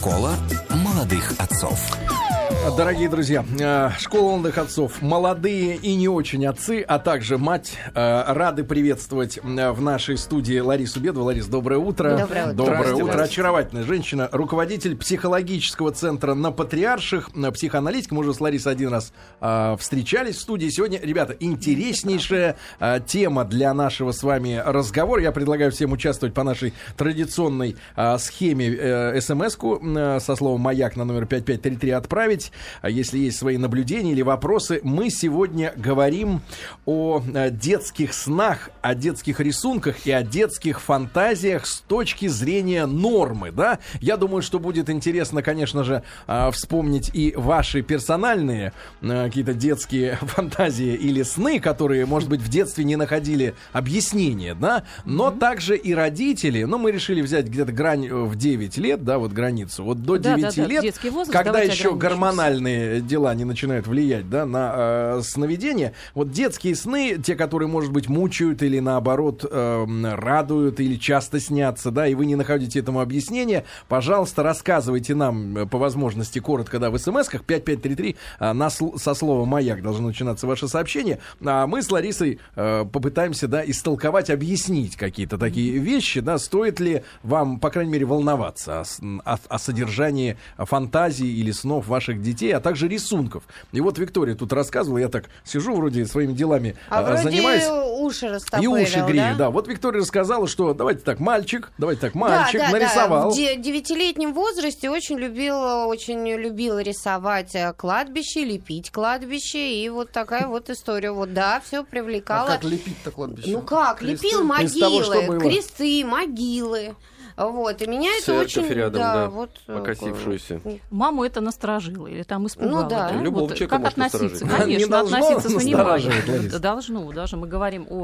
Школа молодых отцов. Дорогие друзья, школа молодых отцов, молодые и не очень отцы, а также мать, рады приветствовать в нашей студии Ларису Бедову. Ларис, доброе утро. Доброе утро. Доброе утро. Очаровательная женщина, руководитель психологического центра на Патриарших, психоаналитик. Мы уже с Ларисой один раз встречались в студии. Сегодня, ребята, интереснейшая тема для нашего с вами разговора. Я предлагаю всем участвовать по нашей традиционной схеме смс-ку со словом «Маяк» на номер 5533 отправить. Если есть свои наблюдения или вопросы, мы сегодня говорим о детских снах, о детских рисунках и о детских фантазиях с точки зрения нормы, да? Я думаю, что будет интересно, конечно же, вспомнить и ваши персональные какие-то детские фантазии или сны, которые, может быть, в детстве не находили объяснения, да? Но также и родители, но мы решили взять где-то грань в 9 лет, да, вот границу, вот до 9 лет, детский возраст, когда еще гормональные дела не начинают влиять, да, на сновидения. Вот детские сны, те, которые, может быть, мучают или, наоборот, радуют или часто снятся, да, и вы не находите этому объяснения, пожалуйста, рассказывайте нам по возможности коротко, да, в смс-ках 5533 со слова «Маяк» должно начинаться ваше сообщение, а мы с Ларисой попытаемся, да, истолковать, объяснить какие-то такие вещи, да, стоит ли вам, по крайней мере, волноваться о содержании фантазий или снов ваших детей, а также рисунков. И вот Виктория тут рассказывала, я так сижу, вроде своими делами занимаюсь. Уши растопырил, и уши грею, да? да. Вот Виктория рассказала, что давайте так, мальчик нарисовал. В 9-летнем возрасте очень любила рисовать кладбище, лепить кладбище, и вот такая вот история. Вот, да, все привлекало. А как лепить-то кладбище? Ну как, Кресты? лепил могилы, того, кресты, могилы. Вот, и меня это очень... рядом, да, да, вот, покосившуюся. Маму это насторожило или там испугало. Ну да. Любого Вот, человека как может относиться? насторожить. Не Конечно, должно относиться с настораживать, вниманием. Лариса. Должно. Даже мы говорим о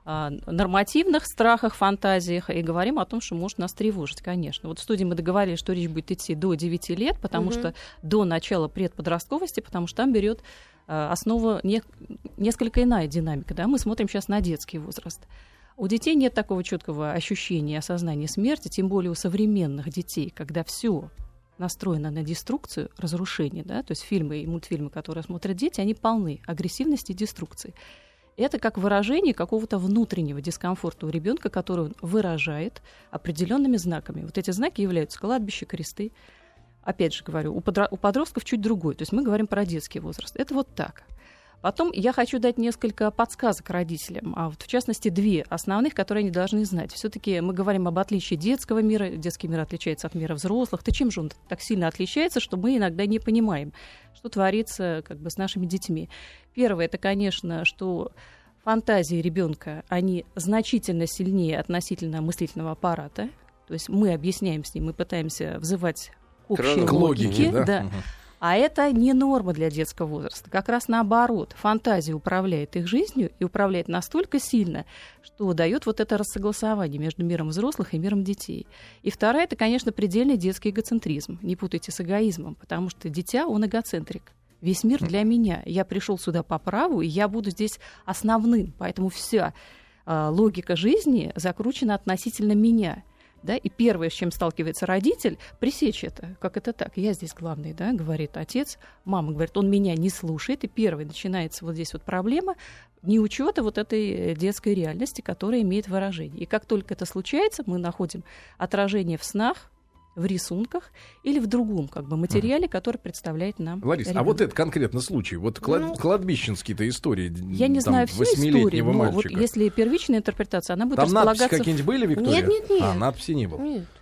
нормативных страхах, фантазиях и говорим о том, что может нас тревожить, конечно. Вот в студии мы договорились, что речь будет идти до 9 лет, потому что до начала предподростковости, потому что там берет основу несколько иная динамика. Да? Мы смотрим сейчас на детский возраст. У детей нет такого четкого ощущения, осознания смерти, тем более у современных детей, когда все настроено на деструкцию, разрушение, да, то есть фильмы и мультфильмы, которые смотрят дети, они полны агрессивности и деструкции. Это как выражение какого-то внутреннего дискомфорта у ребенка, который он выражает определенными знаками. Вот эти знаки являются кладбища, кресты. Опять же говорю, у подростков чуть другой, то есть мы говорим про детский возраст. Это вот так. Потом я хочу дать несколько подсказок родителям, а вот в частности 2 основных, которые они должны знать. Все-таки мы говорим об отличии детского мира. Детский мир отличается от мира взрослых. То чем же он так сильно отличается, что мы иногда не понимаем, что творится как бы с нашими детьми. Первое, это, конечно, что фантазии ребенка, они значительно сильнее относительно мыслительного аппарата. То есть мы объясняем с ним, мы пытаемся взывать к общей логике. Да. А это не норма для детского возраста. Как раз наоборот. Фантазия управляет их жизнью и управляет настолько сильно, что дает вот это рассогласование между миром взрослых и миром детей. И вторая, это, конечно, предельный детский эгоцентризм. Не путайте с эгоизмом, потому что дитя, он эгоцентрик. Весь мир для меня. Я пришел сюда по праву, и я буду здесь основным. Поэтому вся логика жизни закручена относительно меня. Да, и первое, с чем сталкивается родитель, пресечь это. Как это так? Я здесь главный, да, говорит отец. Мама говорит, он меня не слушает. И первое, начинается вот здесь вот проблема неучета вот этой детской реальности, которая имеет выражение. И как только это случается, мы находим отражение в снах, в рисунках или в другом как бы материале, который представляет нам Ларис, ребенок. а вот это конкретно случай, вот кладбищенские-то истории, я не знаю всю историю, но вот если первичная интерпретация, она будет там располагаться... надписи какие-нибудь были, Виктория? Нет. Надписи не было. Нет.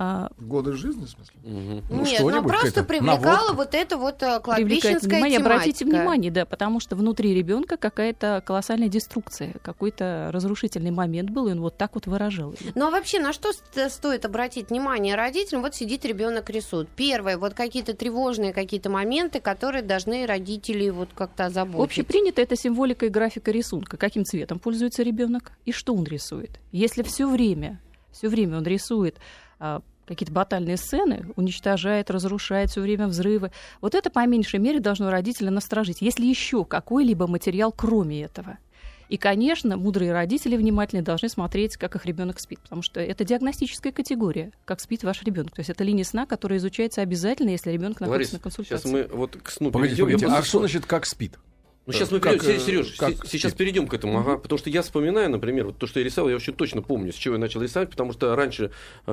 Годы жизни, в смысле? Ну, нет, что-нибудь, просто привлекала вот эта вот кладбищенская тематика. Обратите внимание, да, потому что внутри ребенка какая-то колоссальная деструкция, какой-то разрушительный момент был, и он вот так вот выражал. Ну а вообще, на что стоит обратить внимание родителям? Вот сидит ребенок, рисует. Первое, вот какие-то тревожные какие-то моменты, которые должны родители вот как-то озаботить. Общепринято это символика и графика рисунка. Каким цветом пользуется ребенок и что он рисует? Если все время он рисует какие-то батальные сцены, уничтожает, разрушает все время взрывы, вот это по меньшей мере должно родителя насторожить. Если еще какой-либо материал кроме этого. И, конечно, мудрые родители внимательно должны смотреть, как их ребенок спит, потому что это диагностическая категория, как спит ваш ребенок. То есть это линия сна, которая изучается обязательно, если ребенок находится на консультации. Сейчас мы вот к сну Погодите, перейдем. а что значит как спит? Ну, сейчас мы перейдем, Сереж, сейчас перейдем к этому, потому что я вспоминаю, например, вот то, что я рисовал, я очень точно помню, с чего я начал рисовать, потому что раньше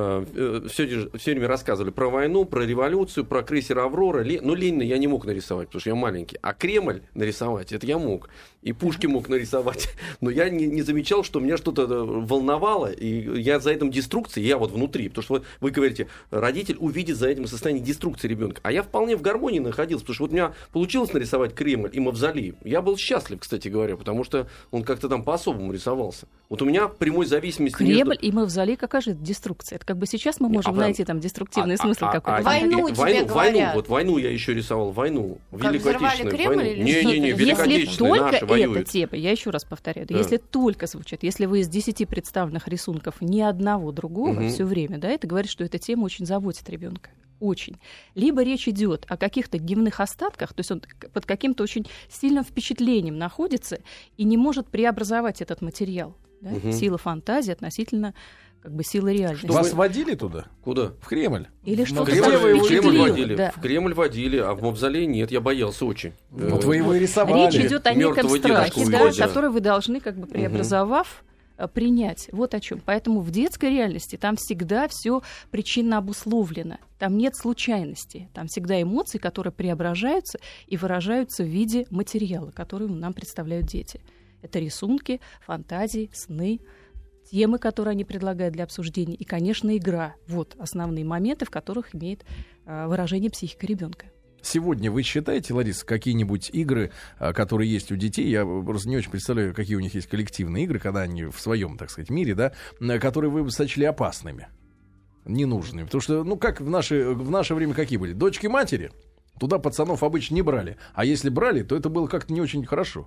все время рассказывали про войну, про революцию, про крейсер «Аврора», но Ленина я не мог нарисовать, потому что я маленький, а Кремль нарисовать, это я мог, и Пушки мог нарисовать, но я не замечал, что меня что-то волновало, и я за этим деструкцией, я вот внутри, потому что вот вы говорите, родитель увидит за этим состояние деструкции ребенка, а я вполне в гармонии находился, потому что вот у меня получилось нарисовать Кремль и мавзолей. Я был счастлив, кстати говоря, потому что он как-то там по-особому рисовался. Вот у меня прямой зависимости Кремль и мавзолей, какая же это деструкция? Это как бы сейчас мы можем найти там деструктивный смысл какой-то. Войну тебе говорят. Вот войну я еще рисовал, войну. Как взорвали Кремль или Не, Великой Если только эта тема, я еще раз повторяю, если только звучит, если вы из 10 представленных рисунков ни одного другого все время, да, это говорит, что эта тема очень заботит ребенка. Очень. Либо речь идет о каких-то дневных остатках, то есть он под каким-то очень сильным впечатлением находится и не может преобразовать этот материал. Да? Сила фантазии относительно как бы силы реальности. Вас водили туда? Куда? В Кремль. Или что-то Кремль водили. Да. В Кремль водили, а в мавзолей нет, я боялся очень. Вот вы его и рисовали. Речь идет о неком страхе, да, да. который вы должны, как бы преобразовав, принять. Вот о чем. Поэтому в детской реальности там всегда все причинно обусловлено. Там нет случайности. Там всегда эмоции, которые преображаются и выражаются в виде материала, который нам представляют дети. Это рисунки, фантазии, сны, темы, которые они предлагают для обсуждения, и, конечно, игра. Вот основные моменты, в которых имеет выражение психика ребенка. Сегодня вы считаете, Лариса, какие-нибудь игры, которые есть у детей, я просто не очень представляю, какие у них есть коллективные игры, когда они в своем, так сказать, мире, да, которые вы бы сочли опасными, ненужными? Потому что, ну, как в наше время какие были? Дочки-матери? Туда пацанов обычно не брали. А если брали, то это было как-то не очень хорошо.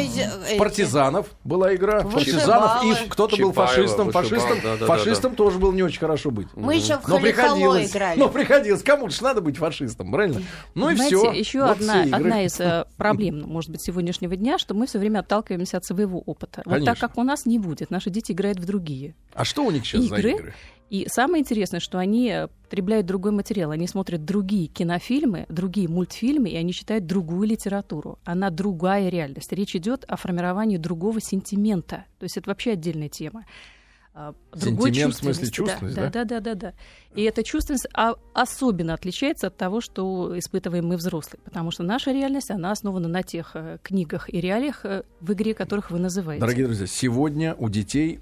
В партизанов была игра. Партизанов, и кто-то был фашистом. Фашистом тоже было не очень хорошо быть. Мы еще в Халихало играли. Но приходилось. Кому-то же надо быть фашистом, правильно? Ну и все. Еще одна из проблем, может быть, сегодняшнего дня, что мы все время отталкиваемся от своего опыта. Вот так как у нас не будет. Наши дети играют в другие. А что у них сейчас за игры? И самое интересное, что они потребляют другой материал. Они смотрят другие кинофильмы, другие мультфильмы, и они читают другую литературу. Она другая реальность. Речь идет о формировании другого сентимента. То есть это вообще отдельная тема. Сентимент в смысле чувственность, да? Да. И эта чувственность особенно отличается от того, что испытываем мы, взрослые. Потому что наша реальность, она основана на тех книгах и реалиях, в игре которых вы называете. Дорогие друзья, сегодня у детей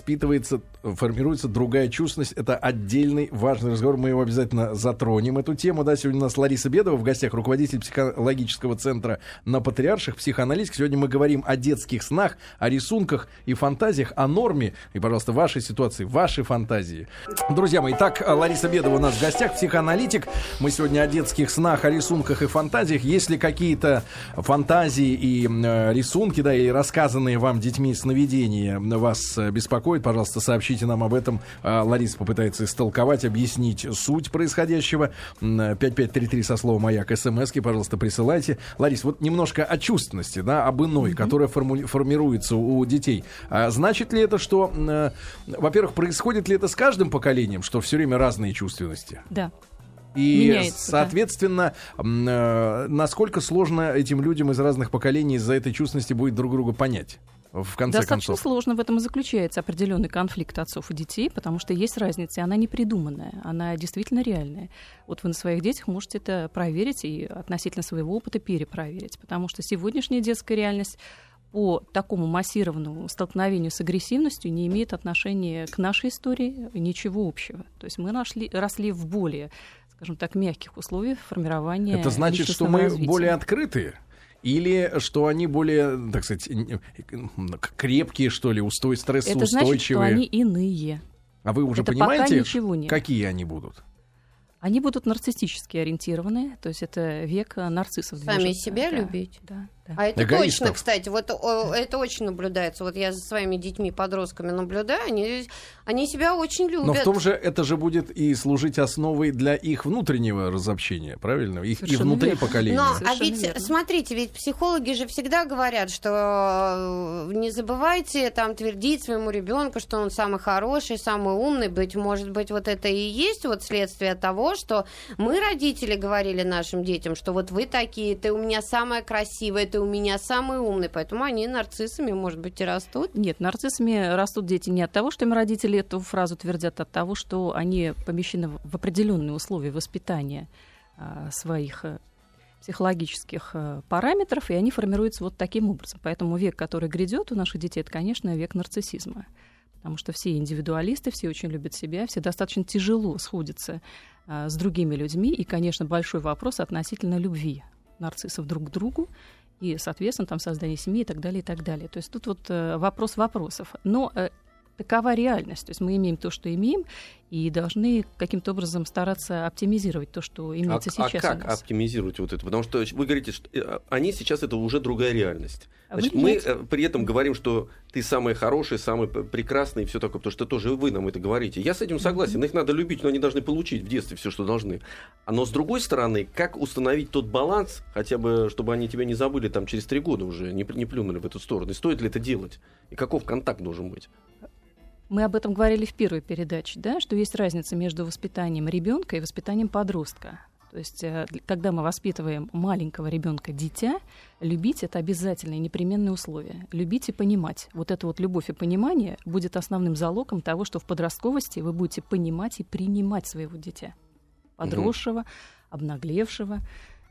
формируется другая чувственность. Это отдельный важный разговор. Мы его обязательно затронем, эту тему. Да, сегодня у нас Лариса Бедова в гостях, руководитель психологического центра на Патриарших, психоаналитик. Сегодня мы говорим о детских снах, о рисунках и фантазиях, о норме. И, пожалуйста, вашей ситуации, вашей фантазии. Друзья мои, итак, Лариса Бедова у нас в гостях, психоаналитик. Мы сегодня о детских снах, о рисунках и фантазиях. Если какие-то фантазии и рисунки, да, или рассказанные вам детьми сновидения вас беспокоят, пожалуйста, сообщите нам об этом. Лариса попытается истолковать, объяснить суть происходящего. 5533 со словом «Маяк», смски, пожалуйста, присылайте. Лариса, вот немножко о чувственности, да, об иной, которая формируется у детей. Значит ли это, что, во-первых, происходит ли это с каждым поколением, что все время разные чувственности? Да. И, меняется, соответственно, насколько сложно этим людям из разных поколений из-за этой чувственности будет друг друга понять? В конце Достаточно концов. сложно, в этом и заключается определенный конфликт отцов и детей, потому что есть разница, и она не придуманная, она действительно реальная. Вот вы на своих детях можете это проверить и относительно своего опыта перепроверить, потому что сегодняшняя детская реальность по такому массированному столкновению с агрессивностью не имеет отношения к нашей истории, ничего общего. То есть мы росли в более, скажем так, мягких условиях формирования. Это значит, что мы более открытые? Или что они более, так сказать, крепкие, что ли, стрессоустойчивые? Это значит, что они иные. А вы уже понимаете, какие они будут? Они будут нарциссически ориентированы, то есть это век нарциссов. Сами себя да, любить. Да. А это эгоистов. точно, кстати, вот это очень наблюдается. Вот я за своими детьми, подростками наблюдаю, они себя очень любят. Но в том же это же будет и служить основой для их внутреннего разобщения, правильно? Их и внутри поколения. Но, Совершенно ведь, верно. смотрите, ведь психологи же всегда говорят, что не забывайте там твердить своему ребенку, что он самый хороший, самый умный. Может быть, вот это и есть вот следствие того, что мы, родители, говорили нашим детям, что вот вы такие, ты у меня самая красивая, ты у меня самый умный, поэтому они нарциссами, может быть, и растут. Нет, нарциссами растут дети не от того, что им родители эту фразу твердят, а от того, что они помещены в определенные условия воспитания своих психологических параметров, и они формируются вот таким образом. Поэтому век, который грядет у наших детей, это, конечно, век нарциссизма. Потому что все индивидуалисты, все очень любят себя, все достаточно тяжело сходятся с другими людьми. И, конечно, большой вопрос относительно любви нарциссов друг к другу и, соответственно, там создание семьи и так далее, и так далее. То есть тут вот вопрос вопросов. Но такова реальность. То есть мы имеем то, что имеем, и должны каким-то образом стараться оптимизировать то, что имеется сейчас. А как у нас. оптимизировать вот это? Потому что вы говорите, что они сейчас это уже другая реальность. Значит, Вы мы нет. при этом говорим, что ты самый хороший, самый прекрасный и все такое, потому что тоже вы нам это говорите. Я с этим согласен, их надо любить, но они должны получить в детстве все, что должны. Но с другой стороны, как установить тот баланс, хотя бы, чтобы они тебя не забыли там через 3 года уже, не плюнули в эту сторону? И стоит ли это делать? И каков контакт должен быть? Мы об этом говорили в первой передаче, да, что есть разница между воспитанием ребенка и воспитанием подростка. То есть, когда мы воспитываем маленького ребенка, дитя, любить — это обязательное и непременное условие. Любить и понимать. Вот эта вот любовь и понимание будет основным залогом того, что в подростковости вы будете понимать и принимать своего дитя. Подросшего, обнаглевшего,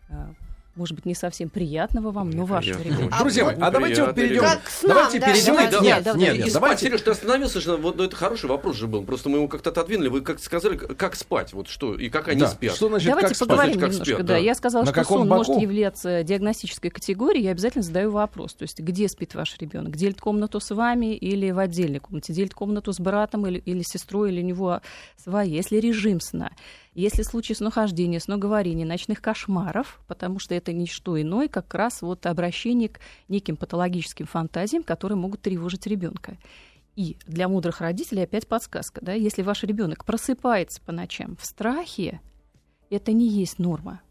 может быть, не совсем приятного вам, но вашего ребенка. Друзья мои, а давайте вот перейдем. Как к снам, Давайте да. перейдем. Нет, давайте. Сереж, ты остановился, что вот, это хороший вопрос же был. Просто мы его как-то отодвинули. Вы как сказали, как спать, вот что, и как они спят. Что значит, Давайте как спать? поговорим Как немножко. спят, Да. да. Я сказала, На что каком сон боку? может являться диагностической категорией. Я обязательно задаю вопрос. То есть, где спит ваш ребенок? Делит комнату с вами или в отдельной комнате? Делит комнату с братом или сестрой, или у него свои? Если режим сна, если случаи снохождения, сноговорения, ночных кошмаров, потому что это не что иное, как раз вот обращение к неким патологическим фантазиям, которые могут тревожить ребенка. И для мудрых родителей опять подсказка, да, если ваш ребенок просыпается по ночам в страхе, это не есть норма.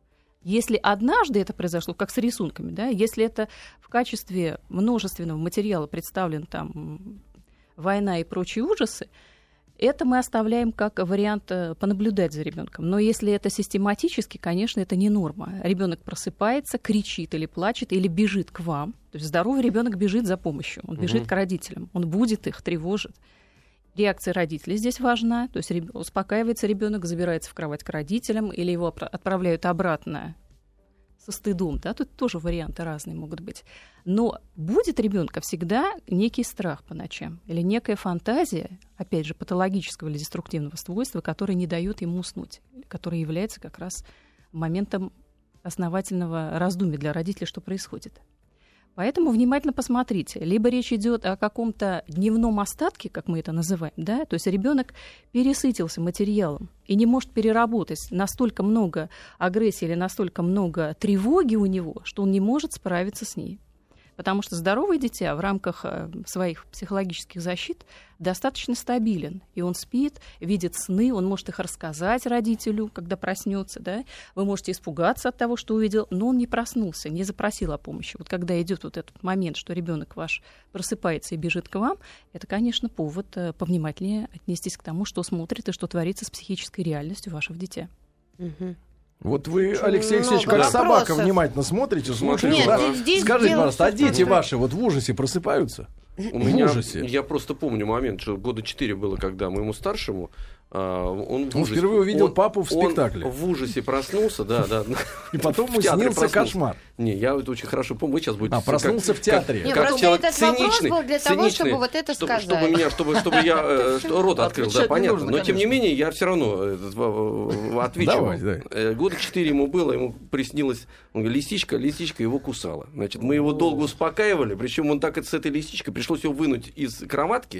Если однажды это произошло, как с рисунками, да, если это в качестве множественного материала представлен там война и прочие ужасы, это мы оставляем как вариант понаблюдать за ребенком. Но если это систематически, конечно, это не норма. Ребенок просыпается, кричит или плачет, или бежит к вам. То есть здоровый ребенок бежит за помощью, он бежит к родителям, он будет их, тревожит. Реакция родителей здесь важна. То есть успокаивается ребенок, забирается в кровать к родителям, или его отправляют обратно со стыдом, да, тут тоже варианты разные могут быть. Но будет ребенка всегда некий страх по ночам или некая фантазия, опять же, патологического или деструктивного свойства, которая не дает ему уснуть, которая является как раз моментом основательного раздумья для родителей, что происходит. Поэтому внимательно посмотрите. Либо речь идет о каком-то дневном остатке, как мы это называем, да, то есть ребенок пересытился материалом и не может переработать настолько много агрессии или настолько много тревоги у него, что он не может справиться с ней. Потому что здоровое дитя в рамках своих психологических защит достаточно стабилен. И он спит, видит сны, он может их рассказать родителю, когда проснется. Да? Вы можете испугаться от того, что увидел, но он не проснулся, не запросил о помощи. Вот когда идет вот этот момент, что ребенок ваш просыпается и бежит к вам, это, конечно, повод повнимательнее отнестись к тому, что смотрит и что творится с психической реальностью вашего дитя. Вот вы, Алексей Алексеевич, как вопросов. собака внимательно смотрите. Нет, да? здесь Скажите, дело пожалуйста, а в дети том, ваши вот в ужасе просыпаются? У В меня, ужасе. я просто помню момент, что года 4 было, когда моему старшему он впервые увидел папу в спектакле. Он в ужасе проснулся, да. И потом ему В театре снился проснулся. кошмар. Не, я это очень хорошо помню. Вы сейчас будете... Проснулся в театре. Нет, как просто человек этот вопрос циничный, был для того, чтобы вот это сказать. Чтобы я рот открыл, да, Отвечать не понятно. нужно, Но тем не конечно. менее, я все равно отвечу. Давай. Года 4 ему было, ему приснилось, он говорит, лисичка его кусала. Значит, мы его долго успокаивали, причем он так с этой лисичкой пришлось его вынуть из кроватки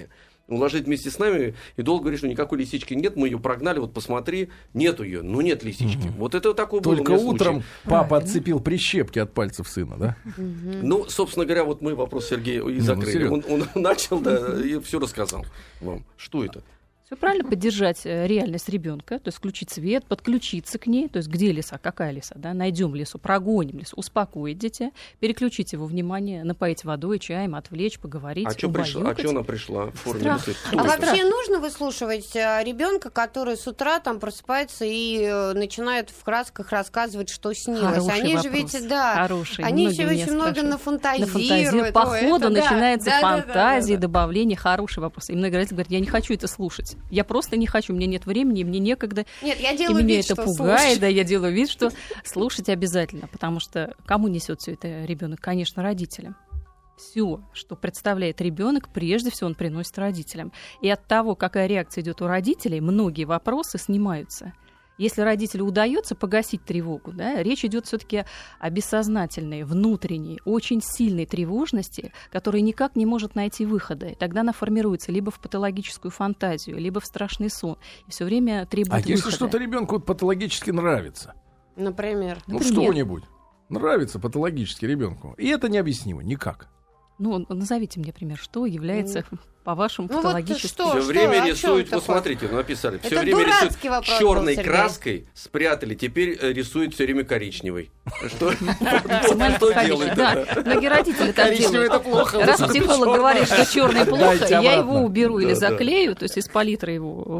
уложить вместе с нами и долго говорить, что никакой лисички нет, мы ее прогнали, вот посмотри, нету ее, ну нет лисички. Вот это такой был Только утром папа отцепил прищепки от пальцев сына, да? Ну, собственно говоря, вот мы вопрос Сергея и закрыли. Он начал, да, и все рассказал вам. Что это? Все правильно, поддержать реальность ребенка, то есть включить свет, подключиться к ней, то есть где лиса, какая лиса, да, найдем лису, прогоним лису, успокоить дитя, переключить его внимание, напоить водой, чаем, отвлечь, поговорить, убаюкать. А что она пришла в форме лисы? А вообще нужно выслушивать ребенка, который с утра там просыпается и начинает в красках рассказывать, что снилось? Хороший они вопрос. же ведь, да, Хороший. они еще очень много нафантазируют. По ходу начинается фантазия, да. добавление. Хороший вопрос. И многие родители говорят, я не хочу это слушать. Я просто не хочу, мне нет времени, мне некогда. Нет, я и делаю меня вид, это что пугает, слушаю. да, я делаю вид, что слушать обязательно, потому что кому несет все это ребенок? Конечно, родителям. Все, что представляет ребенок, прежде всего он приносит родителям. И от того, какая реакция идет у родителей, многие вопросы снимаются. Если родителю удается погасить тревогу, да, речь идет все-таки о бессознательной, внутренней, очень сильной тревожности, которая никак не может найти выхода. И тогда она формируется либо в патологическую фантазию, либо в страшный сон. И все время требует выхода. Если что-то ребенку патологически нравится, Например. ну что-нибудь нравится патологически ребенку, и это необъяснимо никак. Ну, назовите мне пример, что является, по-вашему, патологическим. Все время рисуют, вот смотрите, написали, все время рисуют черной краской, спрятали, теперь рисуют все время коричневой. Что делают? Да, многие родители так делают. Это плохо. Раз психолог говорит, что черный плохо, я его уберу или заклею, то есть из палитры его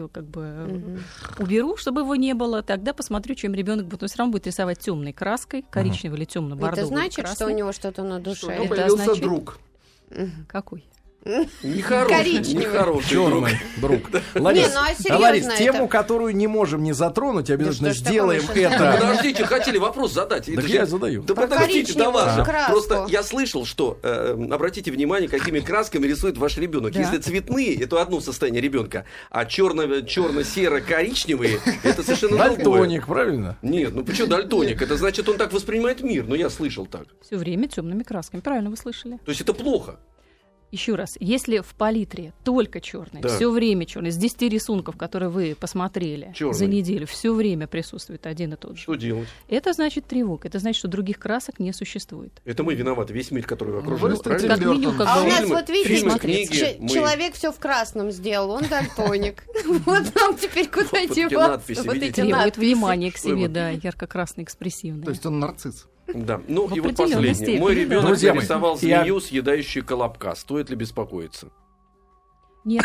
уберу, чтобы его не было, тогда посмотрю, чем ребенок будет. Он все равно будет рисовать темной краской, коричневой или темно-бордовой. Это значит, что у него что-то на душе? Это означает... друг. Какой? Нехороший Черный друг. Ларис, тему, которую не можем не затронуть, обязательно сделаем это. Подождите, хотели вопрос задать. Так я задаю. Да подождите, давай. Просто я слышал, что, обратите внимание, какими красками рисует ваш ребенок. Если цветные, это одно состояние ребенка, а черно-серо-коричневые, это совершенно другое. Дальтоник, правильно? Нет, ну почему дальтоник? Это значит, он так воспринимает мир. Ну, я слышал так. Все время темными красками. Правильно вы слышали. То есть это плохо. Еще раз, если в палитре только черный, все время черный, с 10 рисунков, которые вы посмотрели за неделю, все время присутствует один и тот же. Что делать? Это значит тревога, это значит, что других красок не существует. Это мы виноваты, весь мир, который окружает. Как минимум, как а бы... у нас, вот видите, книги, человек все в красном сделал, он дальтоник. Вот нам теперь куда деваться. Требует внимания к себе, да, ярко-красный, экспрессивный. То есть он нарцисс. Да, ну и вот последнее. Мой ребенок нарисовал змею, съедающую колобка. Стоит ли беспокоиться? Нет.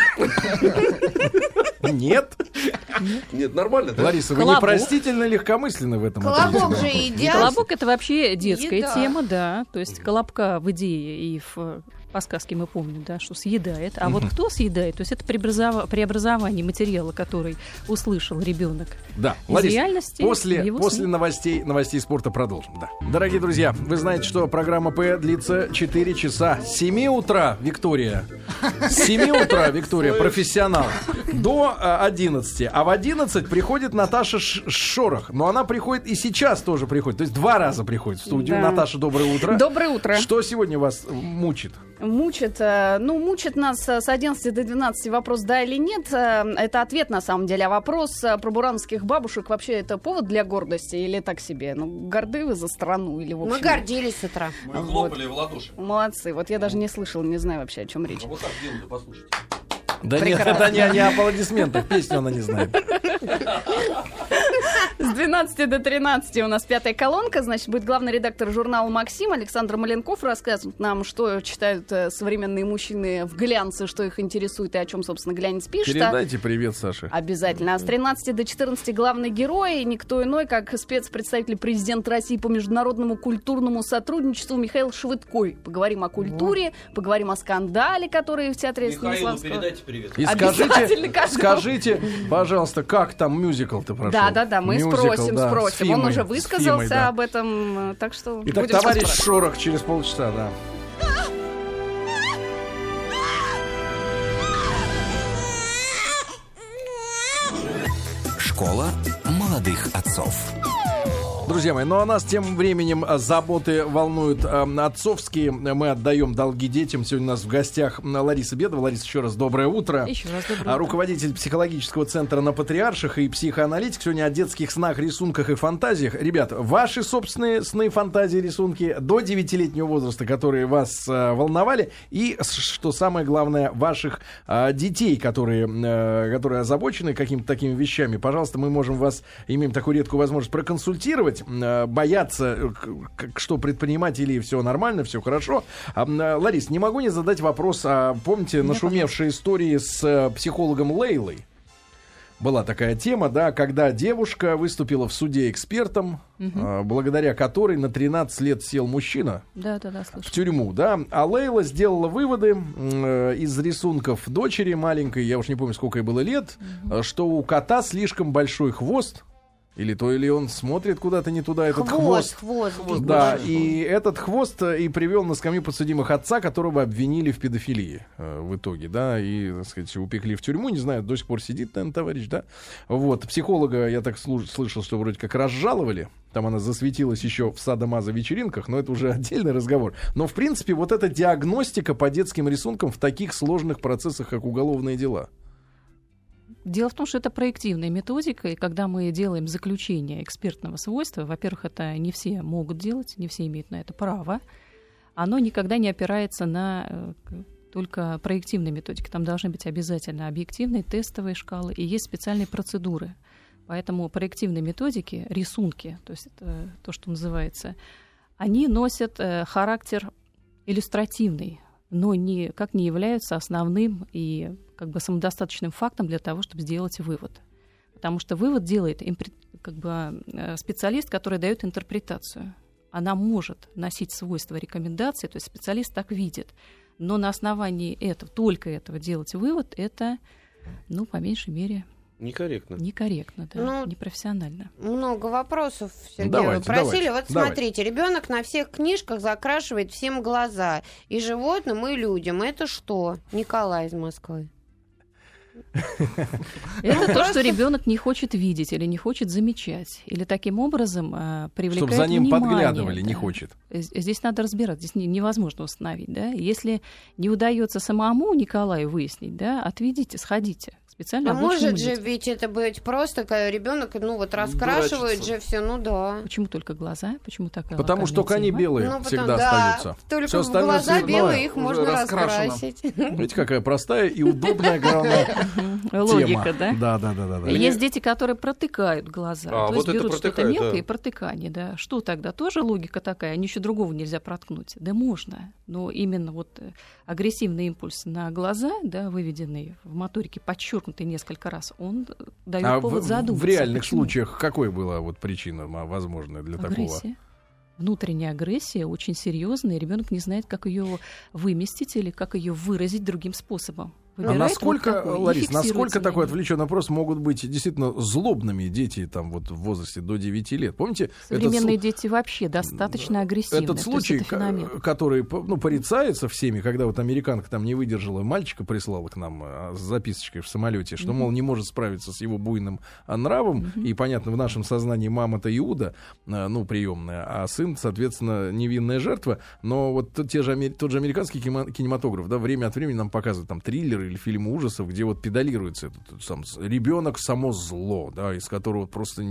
Нет? Нет, нормально, да? Лариса, вы непростительно легкомысленны в этом. Колобок же едят. Колобок — это вообще детская тема, да. То есть колобка в идее и по сказке мы помним, да, что съедает. А вот кто съедает? То есть это преобразование материала, который услышал ребенок. Да, из Лариса, реальности. После новостей спорта продолжим. Да. Дорогие друзья, вы знаете, что программа П длится 4 часа. С 7 утра, Виктория. С 7 утра, Виктория, профессионал. До 11. А в 11 приходит Наташа Шорох. Но она приходит и сейчас тоже приходит. То есть 2 раза приходит в студию. Да. Наташа, доброе утро. Доброе утро. Что сегодня вас мучит? Мучит нас с 11 до 12 вопрос «да» или «нет». Это ответ, на самом деле. А вопрос про бурановских бабушек вообще это повод для гордости или так себе? Ну, горды вы за страну или в общем... Мы гордились с утра. Мы хлопали в ладоши. Молодцы. Вот я даже не слышала, не знаю вообще, о чем речь. Вот так делают, послушайте. Да нет, это не аплодисменты. Песню она не знает. С 12 до 13 у нас 5-я колонка. Значит, будет главный редактор журнала «Максим» Александр Маленков рассказывает нам, что читают современные мужчины в глянце, что их интересует и о чем, собственно, глянец пишет. Передайте привет, Саше. Обязательно. А с 13 до 14 главный герой, никто иной, как спецпредставитель президента России по международному культурному сотрудничеству Михаил Швыдкой. Поговорим о культуре, поговорим о скандале, который в театре Станиславского. Передайте привет. И скажите, пожалуйста, как там мюзикл-то прошел? Да, мы спросим. Фимой, он уже высказался об этом, так что... Итак, товарищ Шорох через полчаса, да. Школа молодых отцов. Друзья мои, ну а нас тем временем заботы волнуют отцовские. Мы отдаем долги детям. Сегодня у нас в гостях Лариса Бедова. Лариса, еще раз доброе утро. Еще раз доброе утро. Руководитель психологического центра на Патриарших и психоаналитик. Сегодня о детских снах, рисунках и фантазиях. Ребят, ваши собственные сны, фантазии, рисунки до 9-летнего возраста, которые вас волновали. И, что самое главное, ваших детей, которые озабочены какими-то такими вещами. Пожалуйста, мы можем вас, имеем такую редкую возможность проконсультировать. Бояться, что предпринимать, или все нормально, все хорошо. Ларис, не могу не задать вопрос. Помните нашумевшие истории с психологом Лейлой? Была такая тема, да, когда девушка выступила в суде экспертом, благодаря которой на 13 лет сел мужчина в тюрьму, да. А Лейла сделала выводы из рисунков дочери маленькой, я уж не помню, сколько ей было лет, что у кота слишком большой хвост. Или он смотрит куда-то не туда, этот хвост. Да, и этот хвост и привел на скамью подсудимых отца, которого обвинили в педофилии в итоге, да, и, так сказать, упекли в тюрьму, не знаю, до сих пор сидит, наверное, товарищ, да. Вот, психолога, я так слышал, что вроде как разжаловали, там она засветилась еще в садо-мазо-вечеринках, но это уже отдельный разговор. Но, в принципе, вот эта диагностика по детским рисункам в таких сложных процессах, как уголовные дела. Дело в том, что это проективная методика, и когда мы делаем заключение экспертного свойства, во-первых, это не все могут делать, не все имеют на это право, оно никогда не опирается на только проективной методике. Там должны быть обязательно объективные тестовые шкалы, и есть специальные процедуры. Поэтому проективные методики, рисунки, то есть это то, что называется, они носят характер иллюстративный, но никак не являются основным и как бы самодостаточным фактом для того, чтобы сделать вывод. Потому что вывод делает как бы специалист, который дает интерпретацию. Она может носить свойства рекомендации, то есть специалист так видит. Но на основании этого, только этого делать вывод, это, ну, по меньшей мере... Некорректно. Некорректно, да, непрофессионально. Много вопросов, Сергей, просили. Вот смотрите, ребенок на всех книжках закрашивает всем глаза. И животным, и людям. Это что? Николай из Москвы. Это то, что ребенок не хочет видеть или не хочет замечать, или таким образом привлекает чтобы за ним внимание, подглядывали, да. Не хочет. Здесь надо разбираться, здесь невозможно установить, да. Если не удается самому Николаю выяснить, да, отведите, сходите. Специально может же ведь это быть просто, когда ребенок, ну вот раскрашивает же все, ну да. Почему только глаза? Почему такая потому что только они белые всегда остаются. Только глаза белые, их можно раскрасить. Видите, какая простая и удобная, главная логика, да? Да. Есть дети, которые протыкают глаза. То есть берут что-то мелкое и протыкание, да. Что тогда? Тоже логика такая? Ничего другого нельзя проткнуть. Да можно, но именно вот агрессивный импульс на глаза, да, выведенный в моторике, подчеркнутый несколько раз, он дает повод задуматься. В реальных случаях какой была вот причина возможная для такого? Внутренняя агрессия очень серьезная, и ребенок не знает, как ее выместить или как ее выразить другим способом. А насколько, Ларис, насколько такой отвлеченный вопрос могут быть действительно злобными дети там вот в возрасте до 9 лет? Помните? Современные дети вообще достаточно агрессивны. Этот случай, который порицается всеми, когда вот американка там не выдержала, мальчика прислала к нам с записочкой в самолете, что, мол, не может справиться с его буйным нравом, и, понятно, в нашем сознании мама-то Иуда, ну, приемная, а сын, соответственно, невинная жертва. Но вот тот же американский кинематограф, да, время от времени нам показывает там триллеры или фильмы ужасов, где вот педалируется этот сам ребенок, само зло, да, из которого просто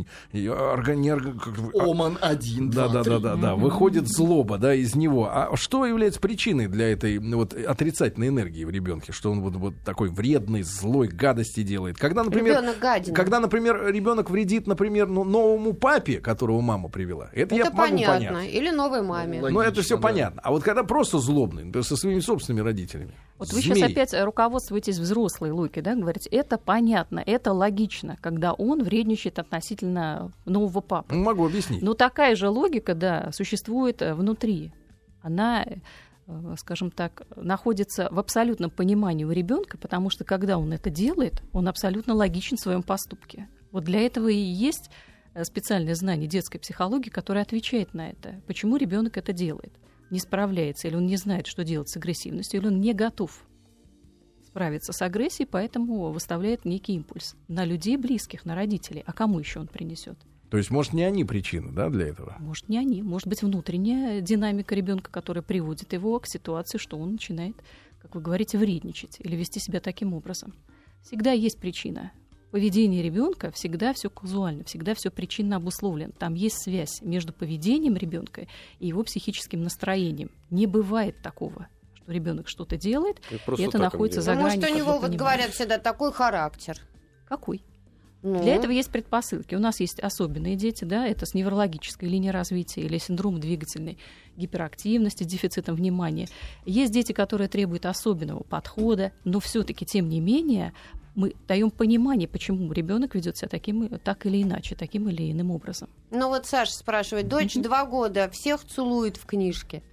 Оман 1, 2, 3. Да, выходит злоба, да, из него. А что является причиной для этой вот отрицательной энергии в ребенке, что он вот такой вредный, злой, гадости делает? Когда, например, ребенок вредит, например, новому папе, которого мама привела, это я могу понять. Или новой маме. Но это все понятно. А вот когда просто злобный, со своими собственными родителями. Вот вы сейчас опять руководствуетесь взрослой логикой, да, говорите, это понятно, это логично, когда он вредничает относительно нового папы. Могу объяснить. Но такая же логика, да, существует внутри. Она, скажем так, находится в абсолютном понимании у ребенка, потому что когда он это делает, он абсолютно логичен в своем поступке. Вот для этого и есть специальное знание детской психологии, которое отвечает на это. Почему ребенок это делает? Не справляется, или он не знает, что делать с агрессивностью, или он не готов справиться с агрессией, поэтому выставляет некий импульс на людей близких, на родителей. А кому еще он принесет? То есть, может, не они причина, да, для этого? Может, не они. Может быть, внутренняя динамика ребенка, которая приводит его к ситуации, что он начинает, как вы говорите, вредничать или вести себя таким образом. Всегда есть причина. Поведение ребенка всегда все казуально, всегда все причинно обусловлено. Там есть связь между поведением ребенка и его психическим настроением. Не бывает такого, что ребенок что-то делает, и это находится за гранью. Может, у него, вот говорят всегда, такой характер. Какой? Для этого есть предпосылки. У нас есть особенные дети, да, это с неврологической линией развития или синдром двигательной гиперактивности, с дефицитом внимания. Есть дети, которые требуют особенного подхода, но все-таки, тем не менее, мы даем понимание, почему ребенок ведет себя так или иначе, таким или иным образом. Ну вот Саша спрашивает, дочь 2 года, всех целует в книжке.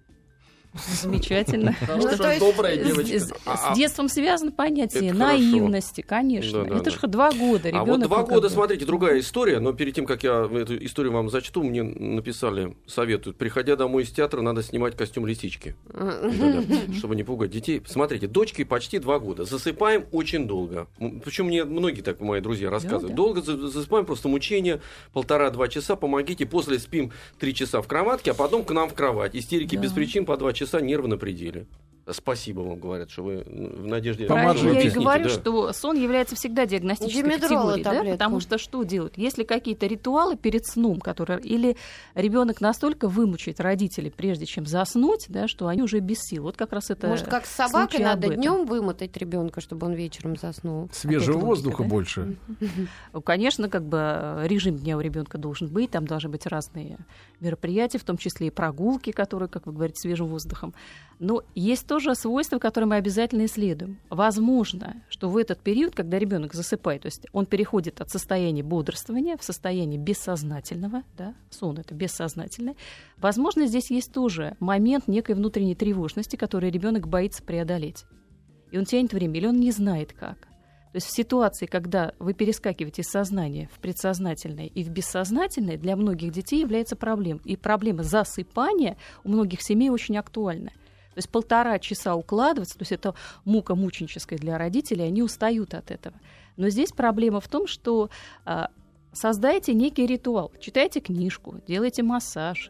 Замечательно. Добрая девочка. С детством связано понятие наивности, конечно. Это же 2 года. А вот 2 года, смотрите, другая история, но перед тем, как я эту историю вам зачту, мне написали, советуют, приходя домой из театра, надо снимать костюм лисички, чтобы не пугать детей. Смотрите, дочке почти 2 года, засыпаем очень долго. Причем мне многие так, мои друзья, рассказывают. Долго засыпаем, просто мучение, 1,5-2 часа, помогите, после спим 3 часа в кроватке, а потом к нам в кровать. Истерики без причин по 2 часа, нервы на пределе. Спасибо вам, говорят, что вы в надежде... Я и говорю, что сон является всегда диагностической категорией, да? Потому что что делают? Если какие-то ритуалы перед сном, которые... Или ребенок настолько вымучает родителей, прежде чем заснуть, да, что они уже без сил. Вот как раз это... Может, как с собакой надо днем вымотать ребенка, чтобы он вечером заснул? Свежего воздуха больше. Конечно, как бы режим дня у ребенка должен быть, там должны быть разные мероприятия, в том числе и прогулки, которые, как вы говорите, свежим воздухом. Но есть тоже свойства, которые мы обязательно исследуем. Возможно, что в этот период, когда ребенок засыпает, то есть он переходит от состояния бодрствования в состояние бессознательного, да, сон это бессознательное, возможно, здесь есть тоже момент некой внутренней тревожности, который ребенок боится преодолеть. И он тянет время, или он не знает как. То есть в ситуации, когда вы перескакиваете из сознания в предсознательное и в бессознательное, для многих детей является проблемой. И проблема засыпания у многих семей очень актуальна. То есть 1,5 часа укладываться, то есть это мука мученическая для родителей, они устают от этого. Но здесь проблема в том, что создайте некий ритуал, читайте книжку, делайте массаж,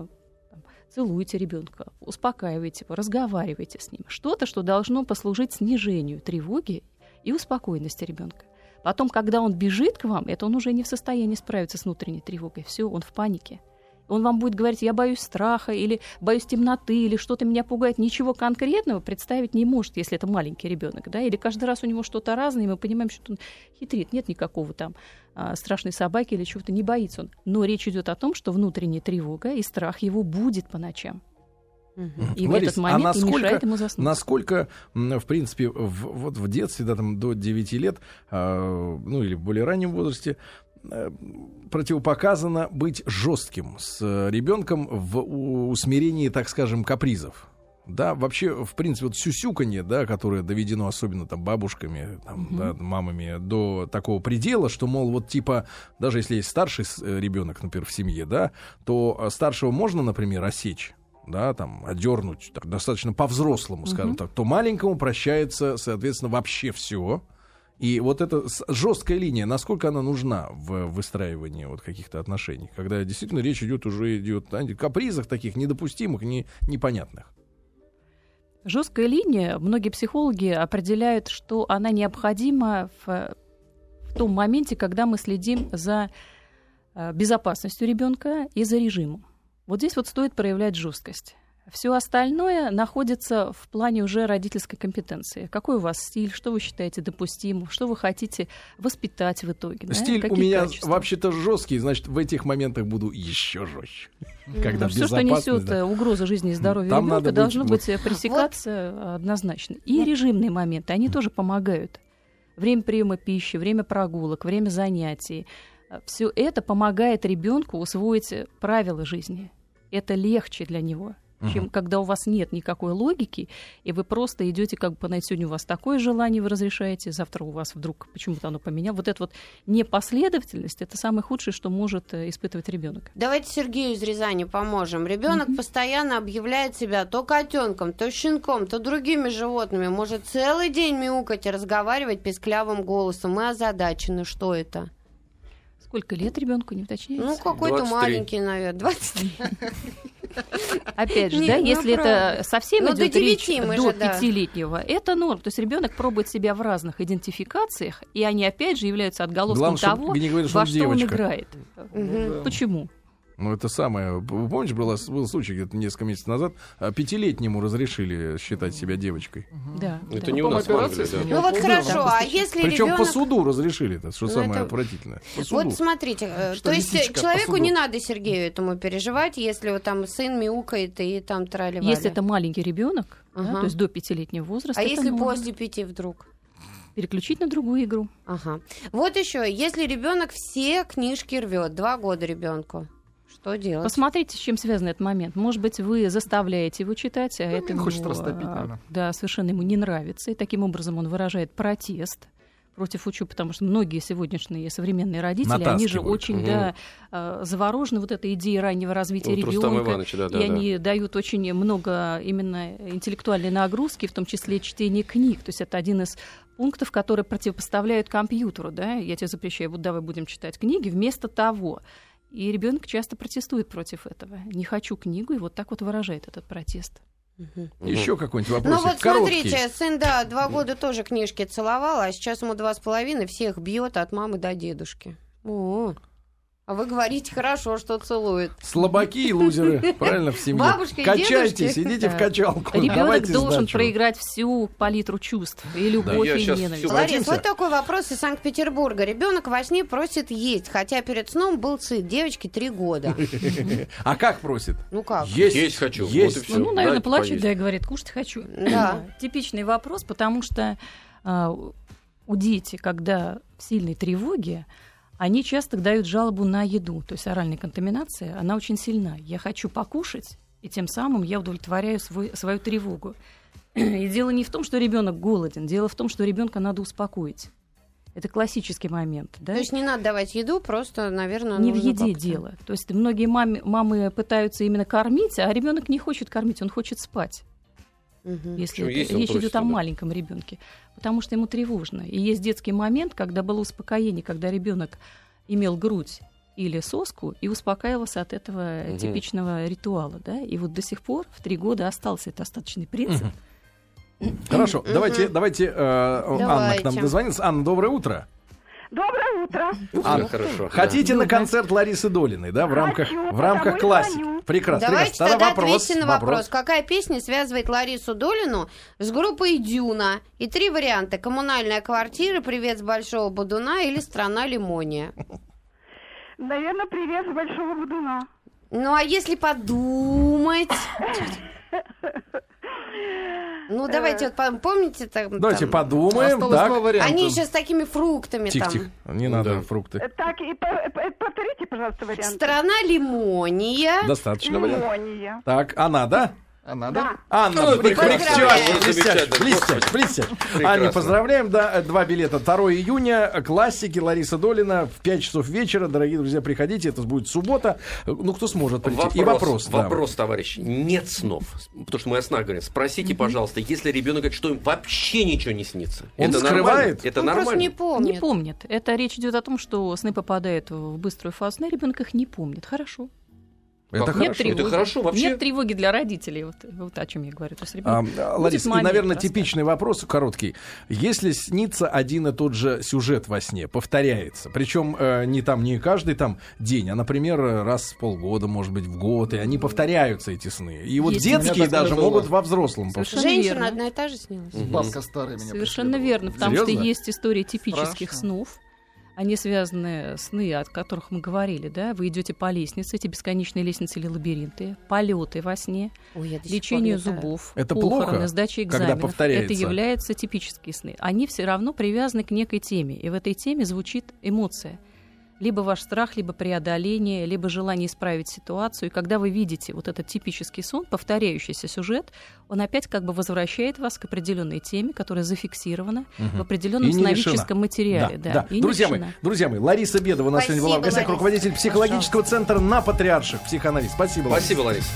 целуйте ребенка, успокаивайте его, разговаривайте с ним. Что-то, что должно послужить снижению тревоги и успокоенности ребенка. Потом, когда он бежит к вам, это он уже не в состоянии справиться с внутренней тревогой. Все, он в панике. Он вам будет говорить, я боюсь страха, или боюсь темноты, или что-то меня пугает. Ничего конкретного представить не может, если это маленький ребенок, да? Или каждый раз у него что-то разное, и мы понимаем, что он хитрит. Нет никакого там страшной собаки или чего-то, не боится он. Но речь идет о том, что внутренняя тревога и страх его будет по ночам. И в этот момент не мешает ему заснуть. Насколько, в принципе, вот в детстве, да, там, до 9 лет, ну или в более раннем возрасте, противопоказано быть жестким с ребенком в усмирении, так скажем, капризов. Да, вообще, в принципе, вот сюсюканье, да, которое доведено особенно там бабушками, там, да, мамами до такого предела, что, мол, вот типа, даже если есть старший ребенок, например, в семье, да, то старшего можно, например, осечь, да, там, одернуть так, достаточно по-взрослому, скажем так, то маленькому прощается, соответственно, вообще все. И вот эта жесткая линия, насколько она нужна в выстраивании вот каких-то отношений, когда действительно речь идет о капризах таких недопустимых, непонятных. Жесткая линия, многие психологи определяют, что она необходима в том моменте, когда мы следим за безопасностью ребенка и за режимом. Вот здесь вот стоит проявлять жесткость. Все остальное находится в плане уже родительской компетенции. Какой у вас стиль, что вы считаете допустимым, что вы хотите воспитать в итоге. Стиль да? у меня вообще-то жесткий, значит, в этих моментах буду еще жестче. Когда все, что несет угрозу жизни и здоровью ребенка, должно быть пресекаться однозначно. И режимные моменты, они тоже помогают. Время приема пищи, время прогулок, время занятий. Все это помогает ребенку усвоить правила жизни. Это легче для него, чем когда у вас нет никакой логики, и вы просто идете как бы по ночь. Сегодня у вас такое желание, вы разрешаете, завтра у вас вдруг почему-то оно поменялось. Вот эта вот непоследовательность — это самое худшее, что может испытывать ребенок. Давайте Сергею из Рязани поможем. Ребенок постоянно объявляет себя то котенком, то щенком, то другими животными. Может целый день мяукать и разговаривать песклявым голосом. Мы озадачены. Что это? Сколько лет ребенку, не уточняется? Ну, какой-то 23. маленький, наверное, 23. Опять же, Нет, да, ну, если правда. это совсем Ну, до идет речь 9 мы до же, да. 5-летнего, это норм. То есть ребенок пробует себя в разных идентификациях, и они опять же являются отголоском Главное, чтоб того, не говорили, что во он что он девочка. играет. Почему? Ну, это самое. Вы помните, был случай где-то несколько месяцев назад, 5-летнему разрешили считать себя девочкой. Да. Это да. не у нас в Англии, да. Ну вот хорошо, а если Причем по ребенок... суду разрешили это, что Ну, самое это- отвратительное. По суду. Вот смотрите, Что то есть лисичка по человеку суду. не надо, Сергею, этому переживать, если вот там сын мяукает и там трали-вали. Если это маленький ребенок, Ага. то есть до 5-летнего возраста, А это если норм. после 5 вдруг? Переключить на другую игру. Ага. Вот еще, если ребенок все книжки рвет, 2 года ребенку, что делать? Посмотрите, с чем связан этот момент. Может быть, вы заставляете его читать, а это не ему, хочет растопить, наверное. да, совершенно ему не нравится. И таким образом он выражает протест против учебы, потому что многие сегодняшние современные родители, они же Натаскивают. очень заворожены вот этой идеей раннего развития Вот Рустам ребенка. Иванович, да, И да, да. они дают очень много именно интеллектуальной нагрузки, в том числе чтение книг. То есть это один из пунктов, которые противопоставляют компьютеру. Да? Я тебе запрещаю, вот давай будем читать книги вместо того. И ребенок часто протестует против этого. Не хочу книгу, и вот так вот выражает этот протест. Еще какой-нибудь Ну вопросик? вот Короткий. смотрите, сын, да, 2 года тоже книжки целовал, а сейчас ему 2,5, всех бьет от мамы до дедушки. О, а вы говорите, хорошо, что целует. Слабаки и лузеры, правильно, в семье. Бабушка и Качайтесь, дедушки. идите в Да. качалку. Ребенок давайте должен сдачу. проиграть всю палитру чувств. И любовь, я и щас ненависть. всю- Ларис, Обратимся. вот такой вопрос из Санкт-Петербурга. Ребенок во сне просит есть, хотя перед сном был сыт. Девочке 3 года. А как просит? Ну как? Есть хочу. Есть. Вот и всё. Ну, наверное, Дайте плачет, поесть. да, и говорит, кушать хочу. Да. Типичный вопрос, потому что у детей, когда в сильной тревоге, они часто дают жалобу на еду. То есть оральная контаминация, она очень сильна. Я хочу покушать, и тем самым я удовлетворяю свою тревогу. И дело не в том, что ребенок голоден, дело в том, что ребенка надо успокоить. Это классический момент. Да? То есть не надо давать еду, просто, наверное, Не в нужно еде как-то. дело. То есть многие мамы пытаются именно кормить, а ребенок не хочет кормить, он хочет спать. Мгм. Если Причём это- есть он речь идет просит, о да. маленьком ребенке, потому что ему тревожно. И есть детский момент, когда было успокоение, когда ребенок имел грудь или соску и успокаивался от этого Мгм. типичного ритуала. Да? И вот до сих пор в 3 года остался этот остаточный принцип. Хорошо, давайте Анна к нам Давайте. дозвонится. Анна, доброе утро. Доброе утро. Анна, Хорошо. хотите на Доброе. концерт Ларисы Долиной, да, в рамках потому и классики? звоню. Прекрасно. Давайте прекрасно. тогда вопрос. ответьте на вопрос. Какая песня связывает Ларису Долину с группой «Дюна»? И 3 варианта. «Коммунальная квартира», «Привет с Большого Бодуна» или «Страна лимония». Наверное, привет с Большого Будуна. Ну, а если подумать... Ну, давайте, вот помните... Давайте там, подумаем. Осталось Так. 2 варианта. Они еще с такими фруктами Тихо, там. тихо. Не надо Да. фрукты. Так, и повторите, пожалуйста, вариант. «Страна лимония». Достаточно вариант. Лимония. Так, она, да? Она, да? Анна, Ну, прекрасно. поздравляем. Блестяще, Замечательно. блестяще. Прекрасно. Аня, поздравляем. Да, 2 билета. 2 июня. Классики. Лариса Долина. В 5 часов вечера. Дорогие друзья, приходите. Это будет суббота. Ну, кто сможет прийти. И вопрос. Да. Вопрос, товарищ. Нет снов. Потому что мы о снах говорим. Спросите, пожалуйста, если ребенок говорит, что им вообще ничего не снится. Он это скрывает? нормально? Это Он просто нормально? не помнит. Не помнит. Это речь идет о том, что сны попадают в быструю фазу сна, ребенок их не помнит. Хорошо. Это Как? Нет хорошо. тревоги. Это хорошо вообще? Нет тревоги для родителей. Вот о чем я говорю. То есть ребенок будет Ларис, и, момент наверное, рассказывать. типичный вопрос, короткий. Если снится один и тот же сюжет во сне, повторяется, причем не каждый там день, а, например, раз в полгода, может быть, в год, и они повторяются, эти сны. И вот Есть. детские У меня такое даже было. могут во взрослом повторять. Совершенно Женщина верно. одна и та же снилась. Бабка старая меня Совершенно преследовала. верно, потому что Серьезно? есть истории типических Страшно. снов. Они связаны сны, о которых мы говорили, да? Вы идете по лестнице, эти бесконечные лестницы или лабиринты, полеты во сне, Ой, я до сих лечение пор летаю. зубов, Это похороны, плохо, сдача когда экзаменов. повторяется? Это являются типические сны. Они все равно привязаны к некой теме, и в этой теме звучит эмоция. Либо ваш страх, либо преодоление, либо желание исправить ситуацию. И когда вы видите вот этот типический сон, повторяющийся сюжет, он опять как бы возвращает вас к определенной теме, которая зафиксирована в определенном И не решена. сновидческом материале. Да. И не Друзья решена. мои, Лариса Бедова у нас сегодня была в Спасибо, гостях, Лариса. руководитель психологического центра на Патриарших, психоаналист. Спасибо, Лариса. Спасибо, Лариса.